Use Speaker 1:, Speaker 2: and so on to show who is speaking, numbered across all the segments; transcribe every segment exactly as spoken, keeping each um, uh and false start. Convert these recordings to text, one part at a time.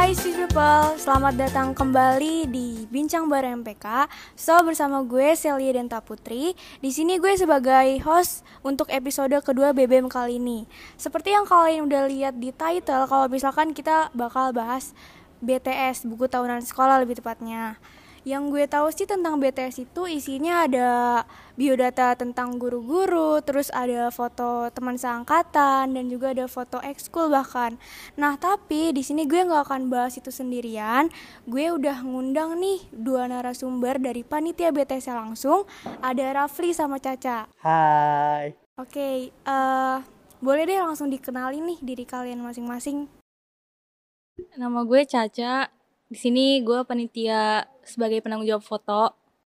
Speaker 1: Hai Sweet People, selamat datang kembali di Bincang Bareng M P K. So bersama gue Celia Denta Putri. Di sini gue sebagai host untuk episode kedua B B M kali ini. Seperti yang kalian udah lihat di title, kalau misalkan kita bakal bahas B T S, buku tahunan sekolah lebih tepatnya. Yang gue tahu sih tentang B T S itu isinya ada biodata tentang guru-guru, terus ada foto teman seangkatan, dan juga ada foto ekskul bahkan. Nah tapi di sini gue nggak akan bahas itu sendirian. Gue udah ngundang nih dua narasumber dari panitia B T S langsung. Ada Rafli sama Caca.
Speaker 2: Hai.
Speaker 1: Oke, okay, uh, boleh deh langsung dikenalin nih diri kalian masing-masing.
Speaker 3: Nama gue Caca. Di sini gue panitia sebagai penanggung jawab foto.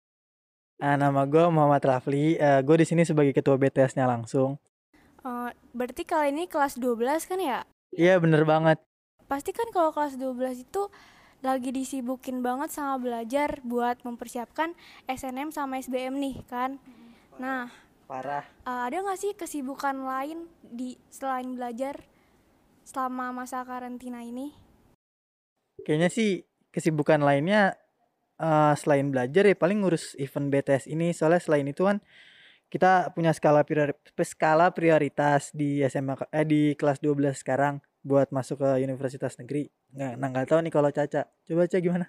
Speaker 2: Nah, nama gue Muhammad Rafli. Uh, gue di sini sebagai ketua B T S-nya langsung.
Speaker 1: Uh, berarti kalian ini kelas dua belas kan ya?
Speaker 2: Iya, bener banget.
Speaker 1: Pasti kan kalau kelas dua belas itu lagi disibukin banget sama belajar buat mempersiapkan S N M sama S B M nih kan. Nah,
Speaker 2: parah.
Speaker 1: Uh, ada nggak sih kesibukan lain di selain belajar selama masa karantina ini?
Speaker 2: Kayaknya sih kesibukan lainnya uh, selain belajar ya paling ngurus event B T S ini. Soalnya selain itu kan kita punya skala priori, skala prioritas di S M A eh di kelas dua belas sekarang buat masuk ke universitas negeri. Nggak, nah nggak tahu nih kalau Caca. Coba Caca gimana?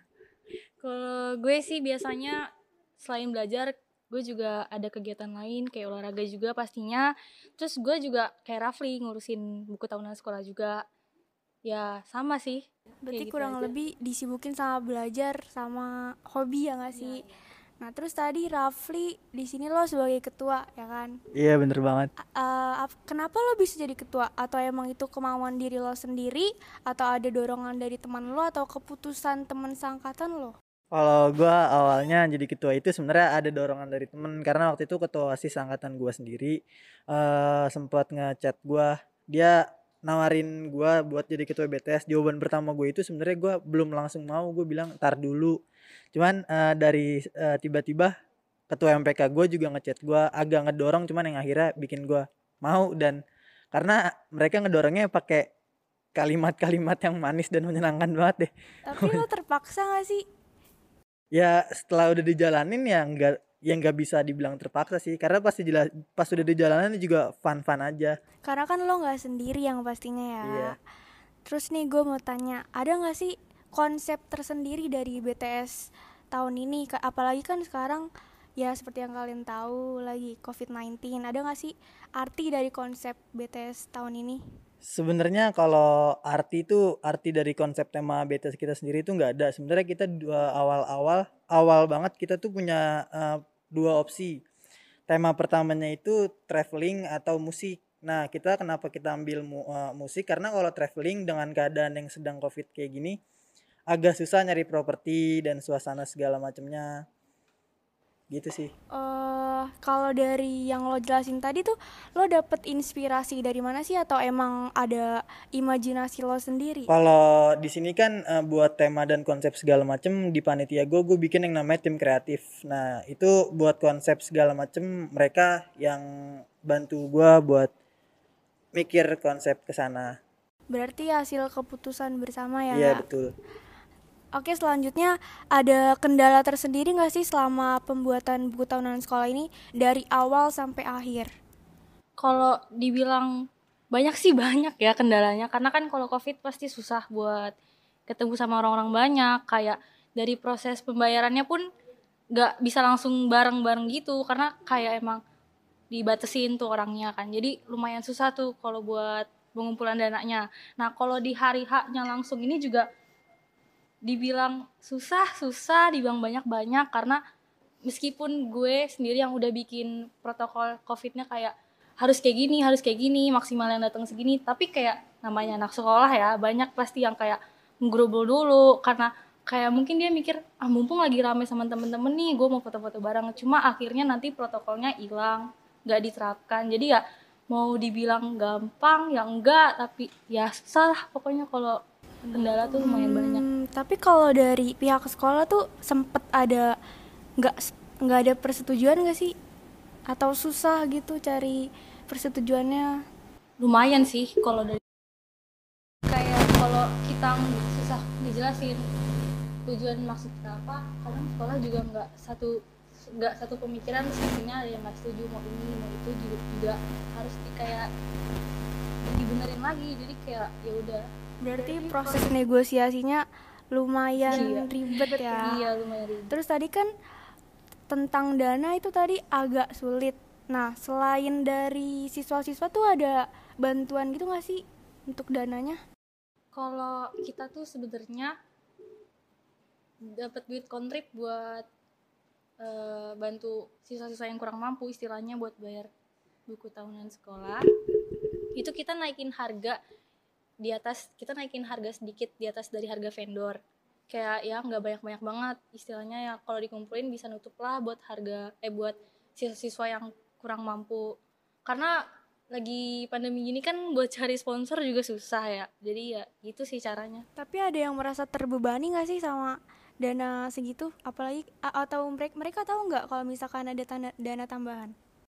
Speaker 3: Kalau gue sih biasanya selain belajar gue juga ada kegiatan lain kayak olahraga juga pastinya. Terus gue juga kayak Rafli ngurusin buku tahunan sekolah juga. Ya sama sih.
Speaker 1: Berarti
Speaker 3: gitu
Speaker 1: kurang
Speaker 3: aja.
Speaker 1: lebih disibukin sama belajar sama hobi ya nggak sih? Ya. Nah terus tadi Rafli di sini lo sebagai ketua ya kan?
Speaker 2: Iya bener banget.
Speaker 1: Uh, kenapa lo bisa jadi ketua? Atau emang itu kemauan diri lo sendiri? Atau ada dorongan dari teman lo atau keputusan teman seangkatan lo?
Speaker 2: Kalau gue awalnya jadi ketua itu sebenarnya ada dorongan dari temen. Karena waktu itu ketua OSIS angkatan gue sendiri uh, sempat ngechat gue. Dia nawarin gue buat jadi ketua B T S. Jawaban pertama gue itu sebenarnya gue belum langsung mau. Gue bilang ntar dulu. Cuman uh, dari uh, tiba-tiba ketua M P K gue juga ngechat gue, agak ngedorong. Cuman yang akhirnya bikin gue mau. Dan karena mereka ngedorongnya pakai kalimat-kalimat yang manis dan menyenangkan banget deh.
Speaker 1: Tapi lo terpaksa gak sih?
Speaker 2: Ya setelah udah dijalanin ya nggak ya nggak bisa dibilang terpaksa sih, karena pasti jelas pas udah dijalanin juga fun-fun aja.
Speaker 1: Karena kan lo nggak sendiri yang pastinya ya.
Speaker 2: Iya.
Speaker 1: Terus nih gue mau tanya, ada nggak sih konsep tersendiri dari B T S tahun ini? Apalagi kan sekarang ya seperti yang kalian tahu lagi covid sembilan belas. Ada nggak sih arti dari konsep B T S tahun ini?
Speaker 2: Sebenarnya kalau arti itu arti dari konsep tema B T S kita sendiri itu nggak ada. Sebenarnya kita dua awal-awal awal banget kita tuh punya uh, dua opsi. Tema pertamanya itu traveling atau musik. Nah kita kenapa kita ambil mu, uh, musik? Karena kalau traveling dengan keadaan yang sedang covid kayak gini agak susah nyari properti dan suasana segala macamnya. Gitu sih.
Speaker 1: Uh, kalau dari yang lo jelasin tadi tuh lo dapet inspirasi dari mana sih atau emang ada imajinasi lo sendiri?
Speaker 2: Kalau di sini kan uh, buat tema dan konsep segala macem di panitia gue gue bikin yang namanya tim kreatif. Nah itu buat konsep segala macem mereka yang bantu gue buat mikir konsep kesana.
Speaker 1: Berarti hasil keputusan bersama ya?
Speaker 2: Iya betul.
Speaker 1: Oke, selanjutnya ada kendala tersendiri nggak sih selama pembuatan buku tahunan sekolah ini dari awal sampai akhir?
Speaker 3: Kalau dibilang banyak sih banyak ya kendalanya, karena kan kalau COVID pasti susah buat ketemu sama orang-orang banyak. Kayak dari proses pembayarannya pun nggak bisa langsung bareng-bareng gitu, karena kayak emang dibatasin tuh orangnya kan. Jadi lumayan susah tuh kalau buat pengumpulan dananya. Nah kalau di hari H-nya langsung ini juga dibilang susah-susah, dibilang banyak-banyak, karena meskipun gue sendiri yang udah bikin protokol COVID-nya kayak harus kayak gini, harus kayak gini, maksimal yang datang segini, tapi kayak namanya anak sekolah ya, banyak pasti yang kayak ngegrobol dulu, karena kayak mungkin dia mikir, ah mumpung lagi rame sama temen-temen nih, gue mau foto-foto bareng, cuma akhirnya nanti protokolnya hilang, gak diterapkan, jadi ya mau dibilang gampang, ya enggak, tapi ya susah lah pokoknya kalau kendala tuh lumayan hmm, banyak.
Speaker 1: Tapi kalau dari pihak sekolah tuh sempet ada nggak nggak ada persetujuan nggak sih? Atau susah gitu cari persetujuannya?
Speaker 3: Lumayan sih kalau dari kayak kalau kita susah dijelasin tujuan maksud kita apa. Kadang sekolah juga nggak satu nggak satu pemikiran, sebenarnya ada yang nggak setuju mau ini mau itu, juga, juga harus di kayak dibenerin lagi. Jadi kayak ya udah.
Speaker 1: Berarti proses negosiasinya lumayan
Speaker 3: Iya.
Speaker 1: ribet ya.
Speaker 3: Iya lumayan ribet.
Speaker 1: Terus tadi kan tentang dana itu tadi agak sulit. Nah, selain dari siswa-siswa tuh ada bantuan gitu nggak sih untuk dananya?
Speaker 3: Kalau kita tuh sebenarnya dapat duit kontrib buat uh, bantu siswa-siswa yang kurang mampu, istilahnya buat bayar buku tahunan sekolah. Itu kita naikin harga di atas, kita naikin harga sedikit di atas dari harga vendor. Kayak ya nggak banyak-banyak banget, istilahnya ya kalau dikumpulin bisa nutup lah buat harga eh buat siswa-siswa yang kurang mampu. Karena lagi pandemi gini kan buat cari sponsor juga susah ya. Jadi ya gitu sih caranya.
Speaker 1: Tapi ada yang merasa terbebani nggak sih sama dana segitu? Apalagi a- atau mereka mereka tahu nggak kalau misalkan ada tanda, dana tambahan?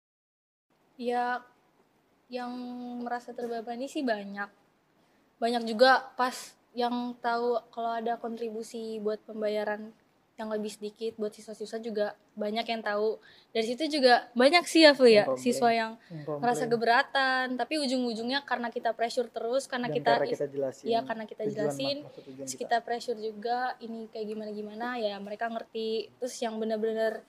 Speaker 3: Ya yang merasa terbebani sih banyak. Banyak juga pas yang tahu kalau ada kontribusi buat pembayaran yang lebih sedikit buat siswa-siswa juga banyak yang tahu. Dari situ juga banyak sih ya Fli ya,
Speaker 2: Yang komplain.
Speaker 3: siswa yang
Speaker 2: Yang komplain.
Speaker 3: merasa keberatan, tapi ujung-ujungnya karena kita pressure terus, karena
Speaker 2: Dan
Speaker 3: kita
Speaker 2: karena kita jelasin.
Speaker 3: Iya, karena kita
Speaker 2: tujuan
Speaker 3: jelasin,
Speaker 2: mak- maksud tujuan
Speaker 3: terus
Speaker 2: kita.
Speaker 3: kita pressure juga ini kayak gimana-gimana ya mereka ngerti. Terus yang benar-benar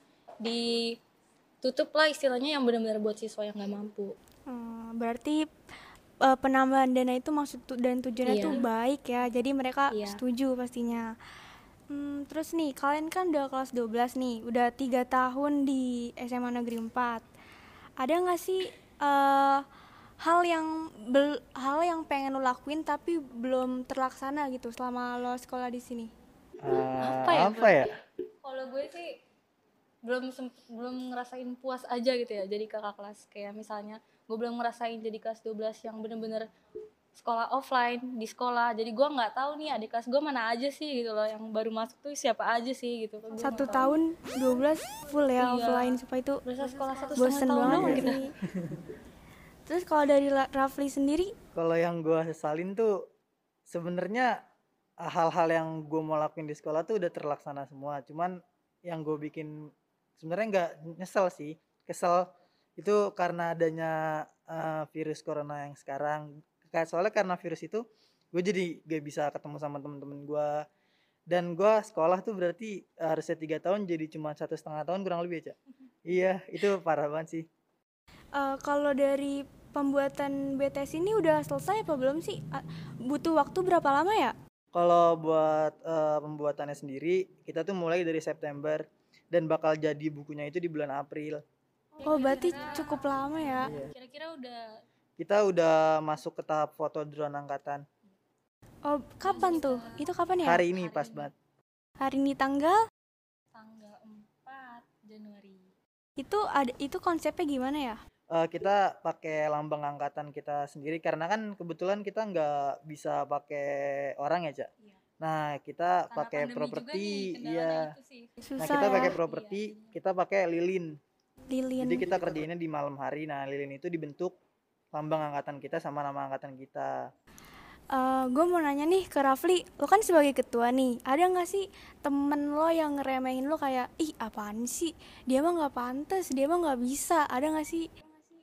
Speaker 3: ditutup lah istilahnya, yang benar-benar buat siswa yang nggak mampu.
Speaker 1: Hmm, berarti uh, penambahan dana itu maksud tu- dan tujuannya
Speaker 3: Iya.
Speaker 1: tuh baik ya. Jadi mereka
Speaker 3: Iya.
Speaker 1: setuju pastinya. Hmm, terus nih, kalian kan udah kelas dua belas nih, udah tiga tahun di S M A Negeri empat. Ada nggak sih uh, hal yang bel- hal yang pengen lo lakuin tapi belum terlaksana gitu selama lo sekolah di sini?
Speaker 2: Ah,
Speaker 3: Apa ya,
Speaker 2: apa ya?
Speaker 3: Kalau gue sih belum semp- belum ngerasain puas aja gitu ya jadi kakak kelas. Kayak misalnya gue belum ngerasain jadi kelas dua belas yang bener-bener sekolah offline di sekolah. Jadi gue nggak tahu nih adik kelas gue mana aja sih gitu loh, yang baru masuk tuh siapa aja sih gitu. Gua
Speaker 1: Satu
Speaker 3: nggak tahu.
Speaker 1: tahun dua belas full ya
Speaker 3: Iya.
Speaker 1: offline, supaya itu
Speaker 3: Berasa sekolah satu
Speaker 1: bosen
Speaker 3: setengah tahun
Speaker 1: banget
Speaker 3: doang gitu.
Speaker 1: sih. Terus kalau dari La- Rafli sendiri,
Speaker 2: Kalau yang gue sesalin tuh sebenarnya hal-hal yang gue mau lakuin di sekolah tuh udah terlaksana semua. Cuman yang gue bikin sebenarnya nggak nyesel sih, kesel itu karena adanya uh, virus corona yang sekarang. Kayak soalnya karena virus itu gue jadi gak bisa ketemu sama temen-temen gue, dan gue sekolah tuh berarti harusnya tiga tahun jadi cuma satu setengah tahun kurang lebih aja. Iya, itu parah banget sih.
Speaker 1: uh, kalau dari pembuatan B T S ini udah selesai apa belum sih? A- Butuh waktu berapa lama ya?
Speaker 2: Kalau buat uh, pembuatannya sendiri, kita tuh mulai dari September dan bakal jadi bukunya itu di bulan April.
Speaker 1: Oh, berarti cukup lama ya.
Speaker 2: Iya.
Speaker 3: Kira-kira udah
Speaker 2: Kita udah masuk ke tahap foto drone angkatan.
Speaker 1: Oh, kapan tuh? Itu kapan ya?
Speaker 2: Hari ini pas banget.
Speaker 1: Hari ini tanggal?
Speaker 3: tanggal empat Januari.
Speaker 1: Itu ada itu konsepnya gimana ya?
Speaker 2: Uh, kita pakai lambang angkatan kita sendiri karena kan kebetulan kita nggak bisa pakai orang ya, Cak.
Speaker 3: Iya.
Speaker 2: Nah, kita
Speaker 3: Karena
Speaker 2: pakai
Speaker 3: pandemi
Speaker 2: properti,
Speaker 3: juga nih, kendalanya
Speaker 2: iya.
Speaker 3: itu sih.
Speaker 1: Susah
Speaker 2: Nah, kita
Speaker 1: ya.
Speaker 2: pakai properti, kita pakai lilin.
Speaker 1: Lilin.
Speaker 2: Jadi kita kerjainnya di malam hari. Nah, lilin itu dibentuk lambang angkatan kita sama nama angkatan kita.
Speaker 1: Uh, gue mau nanya nih ke Rafli, lo kan sebagai ketua nih, ada nggak sih temen lo yang ngeremehin lo kayak, ih apaan sih, dia mah nggak pantas, dia mah nggak bisa, ada nggak sih?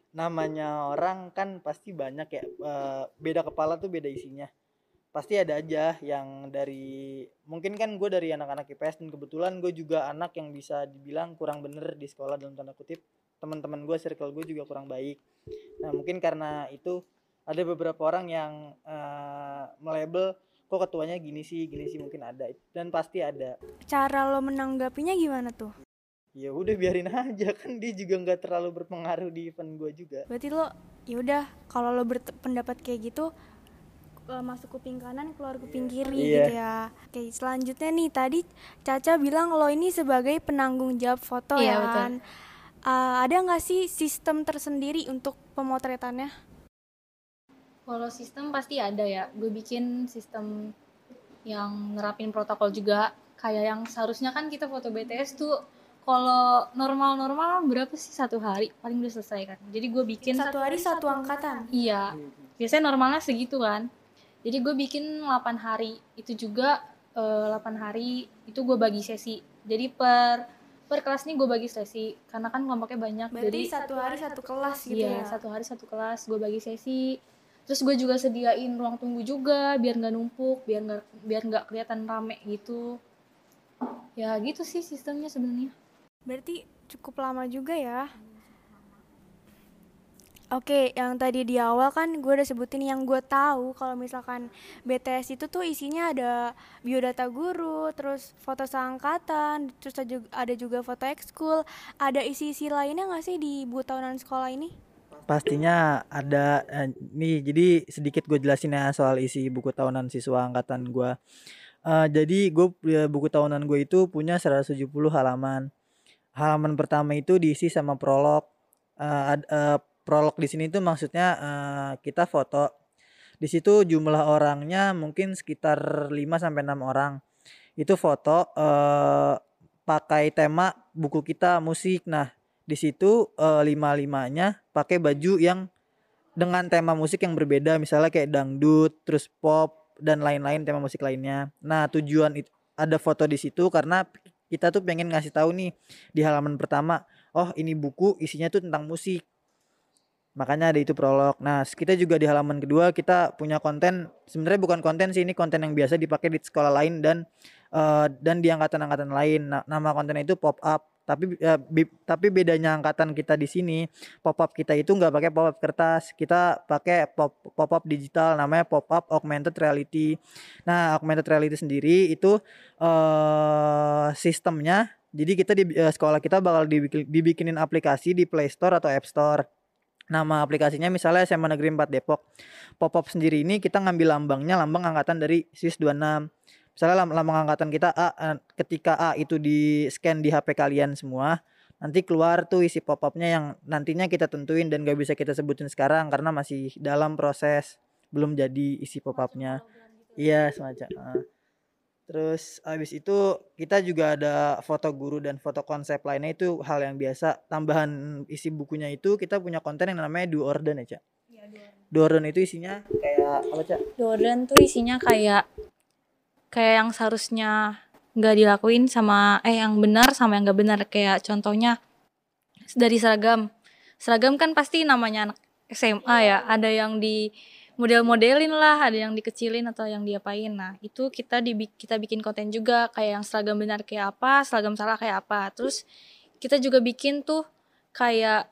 Speaker 2: Namanya orang kan pasti banyak ya, uh, beda kepala tuh beda isinya. Pasti ada aja yang dari, mungkin kan gue dari anak-anak I P S dan kebetulan gue juga anak yang bisa dibilang kurang bener di sekolah dalam tanda kutip. Teman-teman gue, circle gue juga kurang baik. Nah mungkin karena itu ada beberapa orang yang uh, melabel kok ketuanya gini sih, gini sih, mungkin ada, dan pasti ada.
Speaker 1: Cara lo menanggapinya gimana tuh?
Speaker 2: Ya udah biarin aja, kan dia juga nggak terlalu berpengaruh di event gue juga.
Speaker 1: Berarti lo, yaudah kalau lo berpendapat kayak gitu, uh, masuk kuping kanan keluar kuping kiri
Speaker 2: Iya.
Speaker 1: gitu ya. Oke, selanjutnya nih, tadi Caca bilang lo ini sebagai penanggung jawab foto
Speaker 3: Iya,
Speaker 1: ya
Speaker 3: betul.
Speaker 1: kan. Uh, ada nggak sih sistem tersendiri untuk pemotretannya?
Speaker 3: Kalau sistem pasti ada ya. Gue bikin sistem yang nerapin protokol juga. Kayak yang seharusnya kan kita foto B T S tuh kalau normal-normal berapa sih satu hari paling udah selesai kan. Jadi gue bikin
Speaker 1: Satu hari satu angkatan.
Speaker 3: Iya. Biasanya normalnya segitu kan. Jadi gue bikin delapan hari. Itu juga eh, delapan hari itu gue bagi sesi. Jadi per per kelas nih gue bagi sesi karena kan kelompoknya banyak.
Speaker 1: Berarti
Speaker 3: Jadi
Speaker 1: satu hari satu kelas gitu
Speaker 3: iya,
Speaker 1: ya.
Speaker 3: satu hari satu kelas gue bagi sesi. Terus gue juga sediain ruang tunggu juga biar nggak numpuk, biar nggak biar nggak kelihatan rame gitu. Ya gitu sih sistemnya sebenarnya.
Speaker 1: Berarti cukup lama juga ya. Oke, yang tadi di awal kan gue udah sebutin yang gue tahu kalau misalkan B T S itu tuh isinya ada biodata guru, terus foto seangkatan, terus ada juga, ada juga foto ekskul. Ada isi-isi lainnya nggak sih di buku tahunan sekolah ini?
Speaker 2: Pastinya ada eh, nih, jadi sedikit gue jelasin ya soal isi buku tahunan siswa angkatan gue. Eh, jadi gue buku tahunan gue itu punya seratus tujuh puluh halaman. Halaman pertama itu diisi sama prolog. Eh, ad- eh, prolog di sini tuh maksudnya eh, kita foto. Di situ jumlah orangnya mungkin sekitar lima sampai enam orang. Itu foto eh, pakai tema buku kita musik. Nah, di situ eh, lima-limanya pakai baju yang dengan tema musik yang berbeda, misalnya kayak dangdut, terus pop dan lain-lain tema musik lainnya. Nah, tujuan itu ada foto di situ karena kita tuh pengen ngasih tahu nih di halaman pertama, oh ini buku isinya tuh tentang musik. Makanya ada itu prolog. Nah, kita juga di halaman kedua kita punya konten, sebenarnya bukan konten sih, ini konten yang biasa dipakai di sekolah lain dan uh, dan di angkatan-angkatan lain. Nah, nama konten itu pop up. Tapi uh, bi- tapi bedanya angkatan kita di sini, pop up kita itu nggak pakai pop up kertas, kita pakai pop pop up digital, namanya pop up augmented reality. Nah, augmented reality sendiri itu uh, sistemnya, jadi kita di uh, sekolah kita bakal dibikin, dibikinin aplikasi di Play Store atau App Store. Nama aplikasinya misalnya S M A Negeri empat Depok. Pop-up sendiri ini kita ngambil lambangnya lambang angkatan dari S I S dua puluh enam. Misalnya lambang angkatan kita A, ketika A itu di scan di H P kalian semua, nanti keluar tuh isi pop-upnya yang nantinya kita tentuin dan gak bisa kita sebutin sekarang karena masih dalam proses, belum jadi isi pop-upnya. Iya, semacam. Uh. Terus habis itu kita juga ada foto guru dan foto konsep lainnya, itu hal yang biasa. Tambahan isi bukunya itu kita punya konten yang namanya do or done ya, Cak.
Speaker 3: Iya,
Speaker 2: Do or done itu isinya kayak apa, Cak?
Speaker 3: Jordan tuh isinya kayak kayak yang seharusnya nggak dilakuin sama eh yang benar sama yang nggak benar. Kayak contohnya dari seragam. Seragam kan pasti namanya anak S M A ya. Ada yang di model-modelin lah, ada yang dikecilin atau yang diapain. Nah, itu kita di kita bikin konten juga kayak yang seragam benar kayak apa, seragam salah kayak apa. Terus kita juga bikin tuh kayak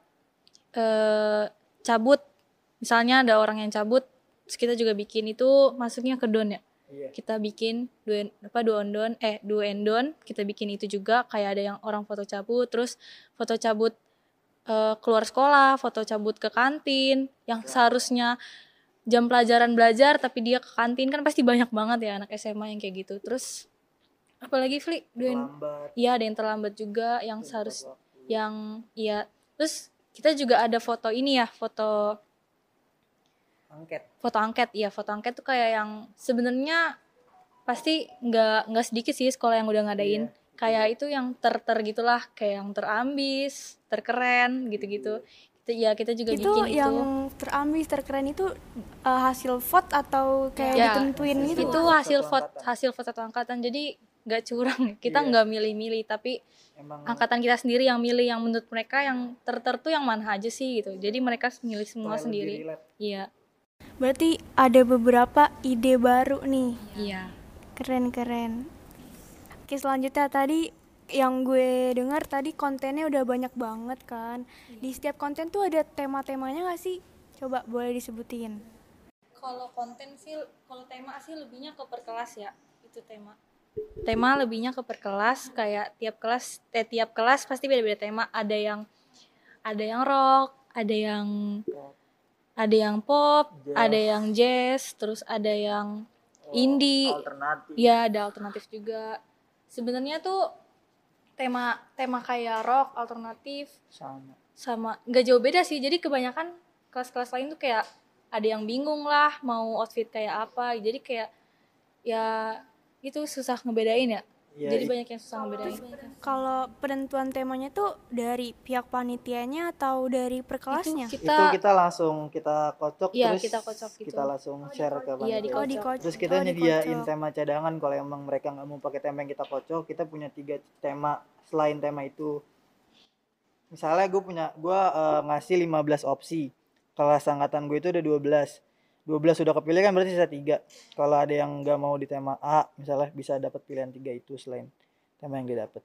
Speaker 3: eh, cabut. Misalnya ada orang yang cabut, terus kita juga bikin itu masuknya ke don ya.
Speaker 2: Iya.
Speaker 3: Kita bikin do apa do on don eh do and don, kita bikin itu juga kayak ada yang orang foto cabut, terus foto cabut eh, keluar sekolah, foto cabut ke kantin yang seharusnya jam pelajaran belajar tapi dia ke kantin, kan pasti banyak banget ya anak S M A yang kayak gitu. Terus apalagi Fli, doin
Speaker 2: Terlambat.
Speaker 3: iya ada yang terlambat juga yang seharus yang iya. Terus kita juga ada foto ini ya, foto
Speaker 2: Angket.
Speaker 3: foto angket. Iya, foto angket tuh kayak yang sebenarnya pasti nggak nggak sedikit sih sekolah yang udah ngadain.
Speaker 2: Iya.
Speaker 3: Kayak itu yang ter-ter gitulah, kayak yang terambis, terkeren gitu-gitu. Kita ya kita juga
Speaker 1: Itu
Speaker 3: bikin
Speaker 1: yang
Speaker 3: itu.
Speaker 1: terambis terkeren itu uh, hasil vote atau kayak
Speaker 3: Ya,
Speaker 1: ditentuin gitu?
Speaker 3: itu hasil vote hasil vote satu angkatan, jadi nggak curang, kita
Speaker 2: Iya.
Speaker 3: nggak milih-milih tapi
Speaker 2: Emang
Speaker 3: angkatan kita sendiri yang milih yang menurut mereka yang ter-ter tuh yang mana aja sih gitu, jadi mereka milih semua
Speaker 2: supaya lebih
Speaker 3: sendiri.
Speaker 2: relate.
Speaker 3: Iya.
Speaker 1: Berarti ada beberapa ide baru nih.
Speaker 3: Iya.
Speaker 1: Keren-keren. Oke, selanjutnya tadi yang gue dengar tadi kontennya udah banyak banget kan. Di setiap konten tuh ada tema-temanya gak sih? Coba boleh disebutin.
Speaker 3: Kalau konten sih, kalau tema sih lebihnya ke per kelas ya, itu tema. Tema lebihnya ke per kelas, kayak tiap kelas, eh, tiap kelas pasti beda-beda tema. Ada yang ada yang rock, ada yang ada yang pop,
Speaker 2: Jazz.
Speaker 3: ada yang jazz, terus ada yang indie.
Speaker 2: Alternatif.
Speaker 3: Ya, ada alternatif juga. Sebenarnya tuh tema tema kayak rock, alternatif
Speaker 2: Sama.
Speaker 3: sama nggak jauh beda sih. Jadi kebanyakan kelas-kelas lain tuh kayak ada yang bingung lah mau outfit kayak apa. Jadi kayak ya itu susah ngebedain ya.
Speaker 2: Ya,
Speaker 3: Jadi
Speaker 2: it-
Speaker 3: banyak yang susah ngebedain.
Speaker 1: Kalau penentuan temanya tuh dari pihak panitianya atau dari perkelasnya?
Speaker 3: Itu
Speaker 2: itu
Speaker 3: kita
Speaker 2: kita langsung kita kocok
Speaker 3: Iya,
Speaker 2: terus
Speaker 3: kita kocok gitu.
Speaker 2: kita langsung share ke
Speaker 3: Iya,
Speaker 2: panitia.
Speaker 3: dikocok.
Speaker 1: Oh, dikocok.
Speaker 2: Terus kita
Speaker 1: Oh,
Speaker 2: nyediain
Speaker 1: dikocok.
Speaker 2: tema cadangan kalau emang mereka nggak mau pakai tema yang kita kocok, kita punya tiga tema selain tema itu. Misalnya gue punya gue eh, ngasih lima belas opsi. Kelas angkatan gue itu ada dua belas. dua belas sudah kepilih kan berarti sisa tiga. Kalau ada yang nggak mau di tema A, misalnya bisa dapat pilihan tiga itu selain tema yang dia dapat.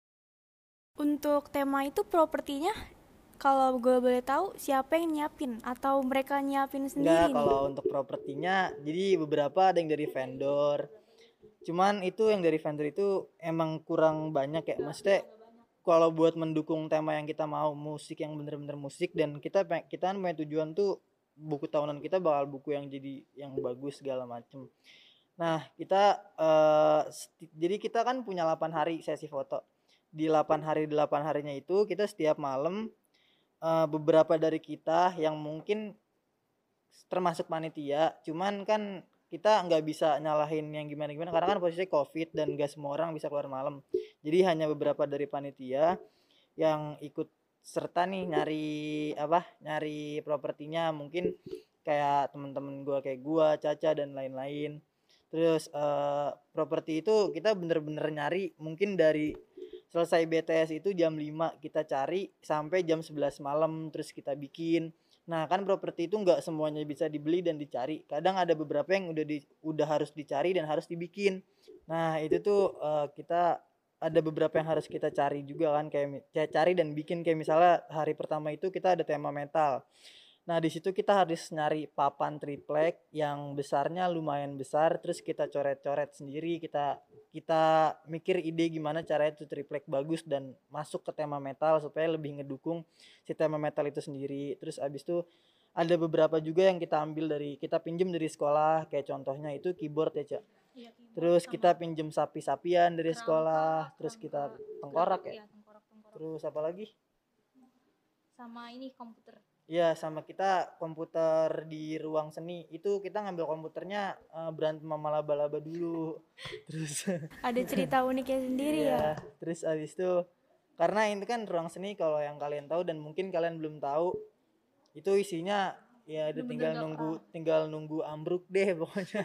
Speaker 1: Untuk tema itu propertinya, kalau gue boleh tahu siapa yang nyiapin atau mereka nyiapin
Speaker 2: Enggak,
Speaker 1: sendiri nih?
Speaker 2: kalau untuk propertinya jadi beberapa ada yang dari vendor. Cuman itu yang dari vendor itu emang kurang banyak ya. Maksudnya kalau buat mendukung tema yang kita mau, musik yang bener-bener musik, dan kita pe- kita kan punya tujuan tuh buku tahunan kita bakal buku yang jadi yang bagus segala macem. Nah, kita eh, sti- jadi kita kan punya delapan hari sesi foto. Di delapan hari delapan harinya itu kita setiap malam eh, beberapa dari kita yang mungkin termasuk panitia, cuman kan kita nggak bisa nyalahin yang gimana-gimana karena kan posisi covid dan gak semua orang bisa keluar malam. Jadi hanya beberapa dari panitia yang ikut serta nih nyari apa nyari propertinya, mungkin kayak temen-temen gua kayak gua, Caca dan lain-lain. Terus eh, properti itu kita bener-bener nyari mungkin dari selesai B T S itu jam lima kita cari sampai jam sebelas malam terus kita bikin. Nah, kan properti itu nggak semuanya bisa dibeli dan dicari. Kadang ada beberapa yang udah di, udah harus dicari dan harus dibikin. Nah, itu tuh eh, kita ada beberapa yang harus kita cari juga kan, kayak mi- kayak cari dan bikin. Kayak misalnya hari pertama itu kita ada tema metal. Nah, di situ kita harus nyari papan triplek yang besarnya lumayan besar, terus kita coret-coret sendiri, kita kita mikir ide gimana caranya itu triplek bagus dan masuk ke tema metal supaya lebih ngedukung si tema metal itu sendiri. Terus abis itu ada beberapa juga yang kita ambil dari kita pinjem dari sekolah, kayak contohnya itu keyboard ya, Cak.
Speaker 3: Iya,
Speaker 2: Terus kita pinjem sapi-sapian dari sekolah, terus kita tengkorak ya.
Speaker 3: Iya, tengkorak-tengkorak.
Speaker 2: Terus apa lagi?
Speaker 3: Sama ini komputer.
Speaker 2: Iya, sama kita komputer di ruang seni itu kita ngambil komputernya eh, berantem sama laba-laba dulu. Terus
Speaker 1: Ada cerita uniknya sendiri
Speaker 2: iya,
Speaker 1: ya?
Speaker 2: terus abis itu karena ini kan ruang seni kalau yang kalian tahu dan mungkin kalian belum tahu itu isinya ya udah tinggal nunggu tinggal nunggu ambruk deh pokoknya.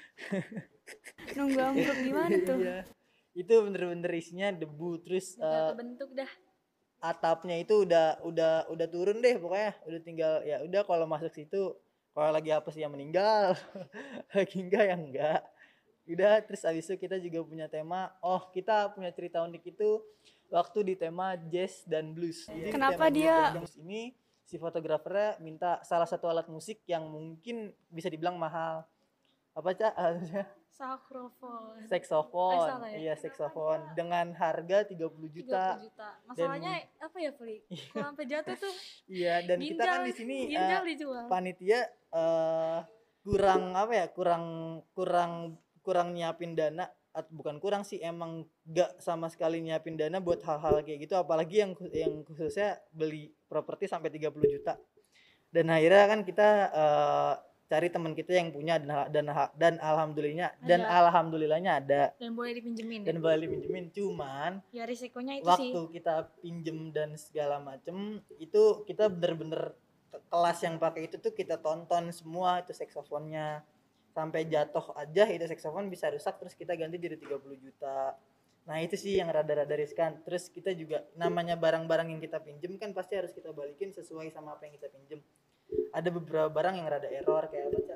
Speaker 1: Nunggu ambruk gimana tuh?
Speaker 2: Iya. Itu bener-bener isinya debu terus eh,
Speaker 3: Kebentuk dah.
Speaker 2: atapnya itu udah udah udah turun deh pokoknya, udah tinggal ya udah kalau masuk situ kalau lagi apes ya meninggal, lagi enggak ya enggak. Udah terus abis itu kita juga punya tema, oh kita punya cerita unik itu waktu di tema jazz dan blues. Jadi di
Speaker 1: Kenapa
Speaker 2: tema jazz
Speaker 1: dia-
Speaker 2: dan blues ini si fotografernya minta salah satu alat musik yang mungkin bisa dibilang mahal. Apa, Cak? Alatnya?
Speaker 3: Sakrofon.
Speaker 2: Saksofon.
Speaker 3: Eh, salah ya?
Speaker 2: Iya, saksofon dengan harga tiga puluh juta.
Speaker 3: tiga puluh juta. Masalahnya apa ya, Pli? Kalau sampai jatuh tuh
Speaker 2: Iya, dan kita kan
Speaker 3: ginjal-
Speaker 2: di sini
Speaker 3: ginjal
Speaker 2: eh,
Speaker 3: dijual.
Speaker 2: panitia eh, kurang apa ya? Kurang kurang kurang nyiapin dana atau bukan kurang sih, emang gak sama sekali nyiapin dana buat hal-hal kayak gitu, apalagi yang yang khususnya beli properti sampai tiga puluh juta. Dan akhirnya kan kita eh, cari teman kita yang punya dan dan dan alhamdulillahnya dan
Speaker 3: Ada.
Speaker 2: alhamdulillahnya ada
Speaker 3: Dan boleh dipinjemin.
Speaker 2: dan boleh pinjemin. Cuman
Speaker 3: Ya risikonya itu
Speaker 2: waktu
Speaker 3: sih.
Speaker 2: kita pinjem dan segala macem itu kita bener-bener ke- kelas yang pakai itu tuh kita tonton semua itu saksofonnya sampai jatuh aja itu saksofon bisa rusak terus kita ganti jadi tiga puluh juta. Nah itu sih yang rada-rada riskan. Terus kita juga namanya barang-barang yang kita pinjem kan pasti harus kita balikin sesuai sama apa yang kita pinjem. Ada beberapa barang yang rada error kayak apa, Cak?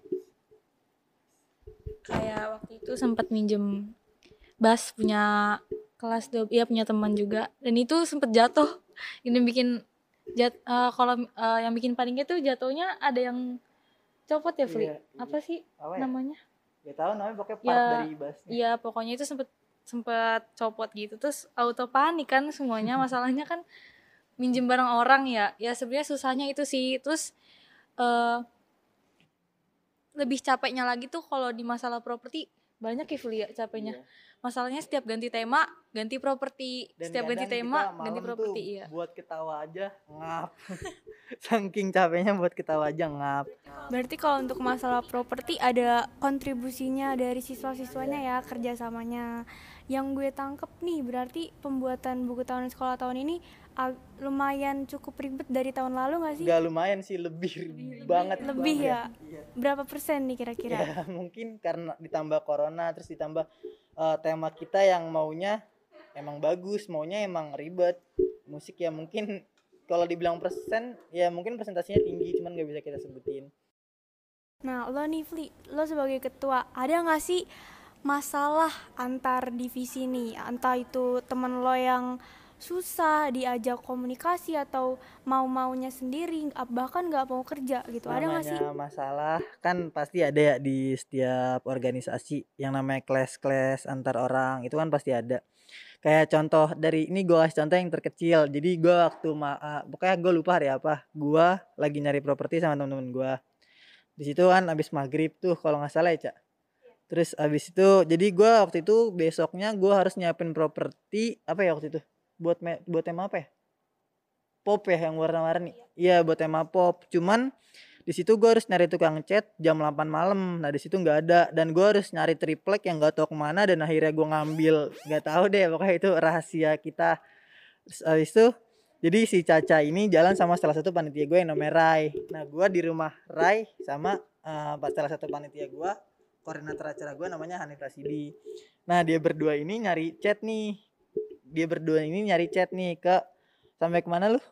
Speaker 3: Kayak waktu itu sempat minjem bass punya kelas dua, ya punya teman juga, dan itu sempet jatuh. Ini bikin jat eh, kalau eh, yang bikin paningnya tuh jatuhnya ada yang copot ya, Fli?
Speaker 2: Iya, iya.
Speaker 3: Apa sih
Speaker 2: Apa ya?
Speaker 3: namanya?
Speaker 2: Gak tahu namanya pokoknya part
Speaker 3: Ya,
Speaker 2: dari bassnya.
Speaker 3: Iya, pokoknya itu sempet sempet copot gitu, terus auto panik kan semuanya. Masalahnya kan minjem barang orang ya, ya sebenarnya susahnya itu sih. Terus eh lebih capeknya lagi tuh kalau di masalah properti banyak ya, Fli, ya capeknya.
Speaker 2: Iya.
Speaker 3: Masalahnya setiap ganti tema, ganti properti.
Speaker 2: Dan
Speaker 3: Setiap ganti
Speaker 2: kadang
Speaker 3: tema,
Speaker 2: kita
Speaker 3: ganti
Speaker 2: malam
Speaker 3: properti,
Speaker 2: tuh
Speaker 3: iya.
Speaker 2: buat ketawa aja ngap. Saking capeknya buat ketawa aja ngap.
Speaker 1: Berarti kalau untuk masalah properti ada kontribusinya dari siswa-siswanya ya, kerjasamanya. Yang gue tangkep nih, berarti pembuatan buku tahunan sekolah tahun ini ag- lumayan cukup ribet dari tahun lalu gak sih?
Speaker 2: Gak lumayan sih, lebih, banget
Speaker 1: Lebih
Speaker 2: banget.
Speaker 1: ya? Berapa persen nih kira-kira?
Speaker 2: Ya mungkin karena ditambah corona, terus ditambah eh, tema kita yang maunya emang bagus, maunya emang ribet. Musik ya mungkin kalau dibilang persen ya mungkin presentasinya tinggi, cuman gak bisa kita sebutin.
Speaker 1: Nah, lo nih Fli, lo sebagai ketua, ada gak sih masalah antar divisi nih? Entah itu temen lo yang susah diajak komunikasi atau mau-maunya sendiri, bahkan gak mau kerja gitu. Ada gak sih?
Speaker 2: Namanya masalah kan pasti ada ya di setiap organisasi yang namanya kelas-kelas antar orang, itu kan pasti ada. Kayak contoh dari ini gue kasih contoh yang terkecil. Jadi gue waktu ma uh, pokoknya gue lupa hari apa, gue lagi nyari properti sama temen-temen gue. Di situ kan abis maghrib tuh kalau nggak salah ya Cak. Terus abis itu jadi gue waktu itu besoknya gue harus nyiapin properti apa ya waktu itu, buat me- buat tema apa ya, pop ya yang warna-warni. Iya buat tema pop. Cuman di situ gue harus nyari tukang cat jam delapan malam. Nah di situ nggak ada dan gue harus nyari triplek yang nggak tahu kemana dan akhirnya gue ngambil nggak tahu deh pokoknya itu rahasia kita. Terus abis itu jadi si Caca ini jalan sama salah satu panitia gue yang namanya Rai. Nah gue di rumah Rai sama uh, salah satu panitia gue, koordinator acara gue namanya Hanif Rasidi. Nah dia berdua ini nyari chat nih. Dia berdua ini nyari chat nih ke sampai kemana lu?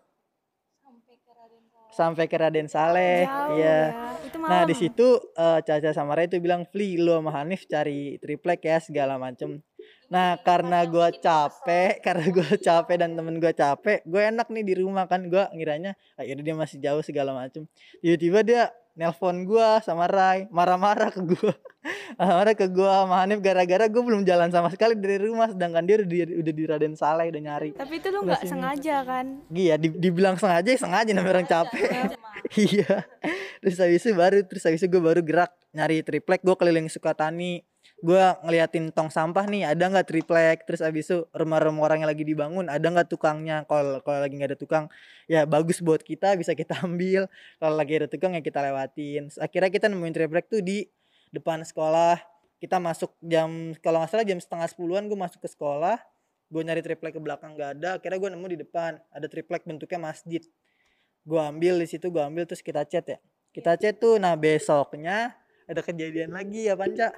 Speaker 2: Sampai ke Raden Saleh.
Speaker 1: Jauh
Speaker 2: Iya.
Speaker 1: ya, itu
Speaker 2: Nah
Speaker 1: malam.
Speaker 2: di situ uh, Caca sama Rai itu bilang, Fli lu sama Hanif cari triplek ya segala macem. Nah karena gue capek, karena gue capek dan temen gue capek, gue enak nih di rumah kan, gue ngiranya akhirnya dia masih jauh segala macem. Tiba-tiba dia nelpon gue sama Rai, marah-marah ke gue, marah-marah ke gue sama Hanif gara-gara gue belum jalan sama sekali dari rumah, sedangkan dia udah di, udah di Raden Saleh udah nyari.
Speaker 1: Tapi itu lu nggak sengaja kan?
Speaker 2: Iya, di, dibilang sengaja, ya sengaja namanya orang capek. Iya. Terus habis itu baru, terus habis itu gue baru gerak nyari triplek. Gue keliling Sukatani. Gue ngeliatin tong sampah nih, ada nggak triplek. Terus habis itu rumah-rumah orang yang lagi dibangun, ada nggak tukangnya. Kalau kalau lagi nggak ada tukang, ya bagus buat kita, bisa kita ambil. Kalau lagi ada tukang ya kita lewatin. Terus akhirnya kita nemuin triplek tuh di depan sekolah. Kita masuk jam, kalau nggak salah jam setengah sepuluhan gue masuk ke sekolah. Gue nyari triplek ke belakang nggak ada, akhirnya gue nemu di depan ada triplek bentuknya masjid. Gue ambil di situ, gue ambil terus kita chat ya, kita chat tuh. Nah besoknya ada kejadian lagi ya Panca.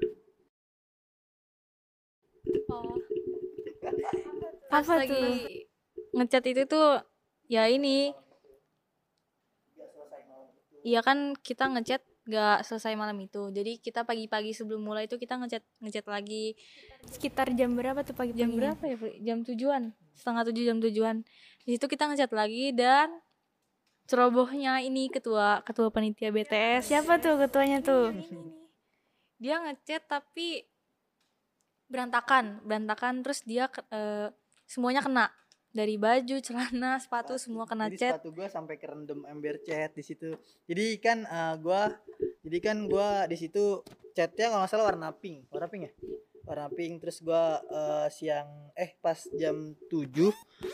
Speaker 3: Oh. Pas
Speaker 1: Apa
Speaker 3: lagi
Speaker 1: tuh?
Speaker 3: ngechat itu tuh ya ini. Iya kan kita ngechat gak selesai malam itu. Jadi kita pagi-pagi sebelum mulai itu kita ngechat ngechat lagi.
Speaker 1: Sekitar jam berapa tuh pagi-pagi?
Speaker 3: Jam berapa ya? Fli? Jam tujuan. Setengah tujuh jam tujuan. Di situ kita ngechat lagi dan cerobohnya ini ketua ketua panitia B T S.
Speaker 1: Siapa tuh ketuanya tuh?
Speaker 3: Dia ngechat tapi berantakan, berantakan terus dia uh, semuanya kena. Dari baju, celana, sepatu semua kena
Speaker 2: Jadi
Speaker 3: cat.
Speaker 2: sepatu gue sampai kerendam ember cat di situ. Jadi kan uh, gue, jadi kan gue di situ catnya kalau nggak salah warna pink, warna pink ya, warna pink. Terus gue uh, siang, eh pas jam tujuh,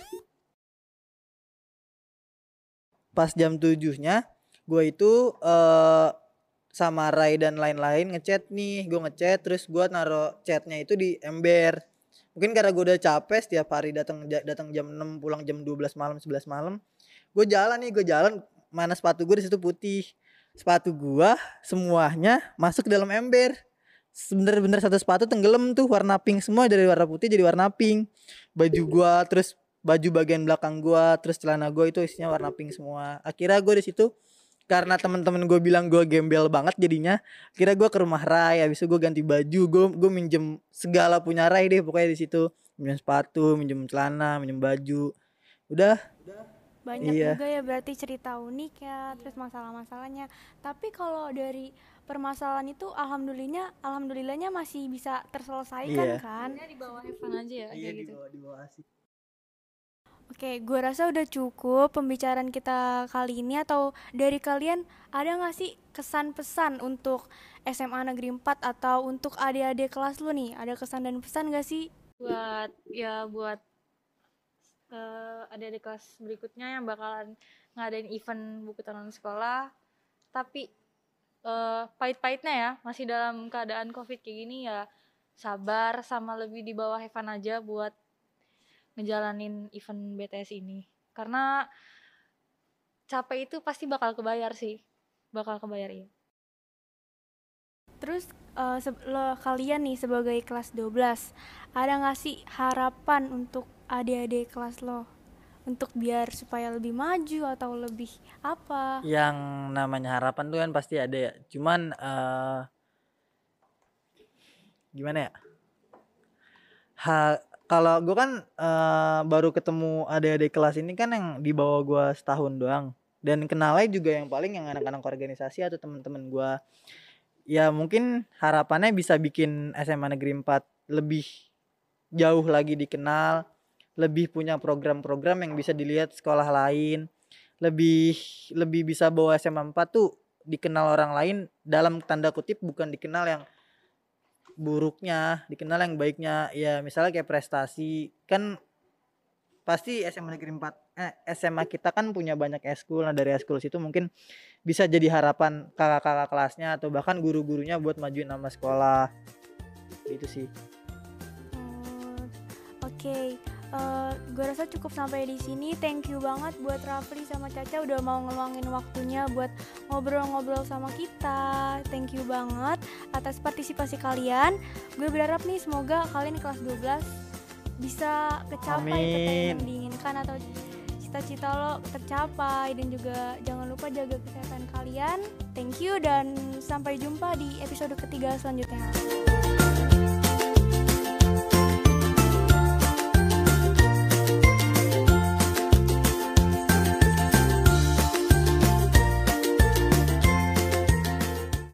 Speaker 2: pas jam tujuhnya, gue itu uh, sama Rai dan lain-lain ngechat nih, gue ngechat terus gue naro chatnya itu di ember. Mungkin karena gue udah capek setiap hari datang datang jam enam pulang jam dua belas malam sebelas malam. Gue jalan nih, gue jalan mana sepatu gue di situ putih. Sepatu gue semuanya masuk ke dalam ember. Bener-bener satu sepatu tenggelam tuh, warna pink semua dari warna putih jadi warna pink. Baju gue, terus baju bagian belakang gue, terus celana gue itu isinya warna pink semua. Akhirnya gue di situ karena temen-temen gue bilang gue gembel banget jadinya, kira gue ke rumah Rai, habis itu gue ganti baju, gue gue minjem segala punya Rai deh pokoknya di situ, minjem sepatu, minjem celana, minjem baju, udah.
Speaker 1: Banyak
Speaker 2: Iya.
Speaker 1: juga ya berarti cerita unik ya, terus masalah-masalahnya. Tapi kalau dari permasalahan itu alhamdulillahnya alhamdulillahnya masih bisa terselesaikan
Speaker 2: Iya.
Speaker 1: kan?
Speaker 3: Di bawah Evan aja ya
Speaker 2: Iya
Speaker 3: kayak
Speaker 2: di
Speaker 3: gitu.
Speaker 2: bawah di bawah asik.
Speaker 1: Oke, gue rasa udah cukup pembicaraan kita kali ini. Atau dari kalian ada gak sih kesan pesan untuk S M A Negeri empat atau untuk adik-adik kelas lu nih? Ada kesan dan pesan gak sih?
Speaker 3: Buat ya buat uh, adik-adik kelas berikutnya yang bakalan ngadain event buku tahunan sekolah, tapi eh, pahit-pahitnya ya, masih dalam keadaan covid kayak gini ya, sabar sama lebih di bawah Evan aja buat ngejalanin event B T S ini, karena capek itu pasti bakal kebayar sih, bakal kebayar ya.
Speaker 1: Terus eh, se- lo kalian nih sebagai kelas dua belas, ada nggak sih harapan untuk adik-adik kelas lo untuk biar supaya lebih maju atau lebih apa?
Speaker 2: Yang namanya harapan tuh kan pasti ada ya. Cuman eh gimana ya? Ha, kalau gue kan eh, baru ketemu adik-adik kelas ini kan yang di bawah gue setahun doang. Dan kenalnya juga yang paling yang anak-anak organisasi atau teman-teman gue. Ya mungkin harapannya bisa bikin S M A Negeri empat lebih jauh lagi dikenal, lebih punya program-program yang bisa dilihat sekolah lain, lebih lebih bisa bawa S M A empat tuh dikenal orang lain dalam tanda kutip, bukan dikenal yang buruknya, dikenal yang baiknya. Ya misalnya kayak prestasi kan pasti S M A Negeri empat eh, S M A kita kan punya banyak eskul. Nah dari eskul situ mungkin bisa jadi harapan kakak-kakak kelasnya atau bahkan guru-gurunya buat majuin nama sekolah gitu sih.
Speaker 1: Oh, Oke, Eh, gue rasa cukup sampai di sini. Thank you banget buat Rafli sama Caca udah mau ngeluangin waktunya buat ngobrol-ngobrol sama kita. Thank you banget atas partisipasi kalian. Gue berharap nih semoga kalian di kelas dua belas bisa kecapai P T N yang
Speaker 2: Amin.
Speaker 1: diinginkan atau cita-cita lo tercapai, dan juga jangan lupa jaga kesehatan kalian. Thank you dan sampai jumpa di episode ketiga selanjutnya.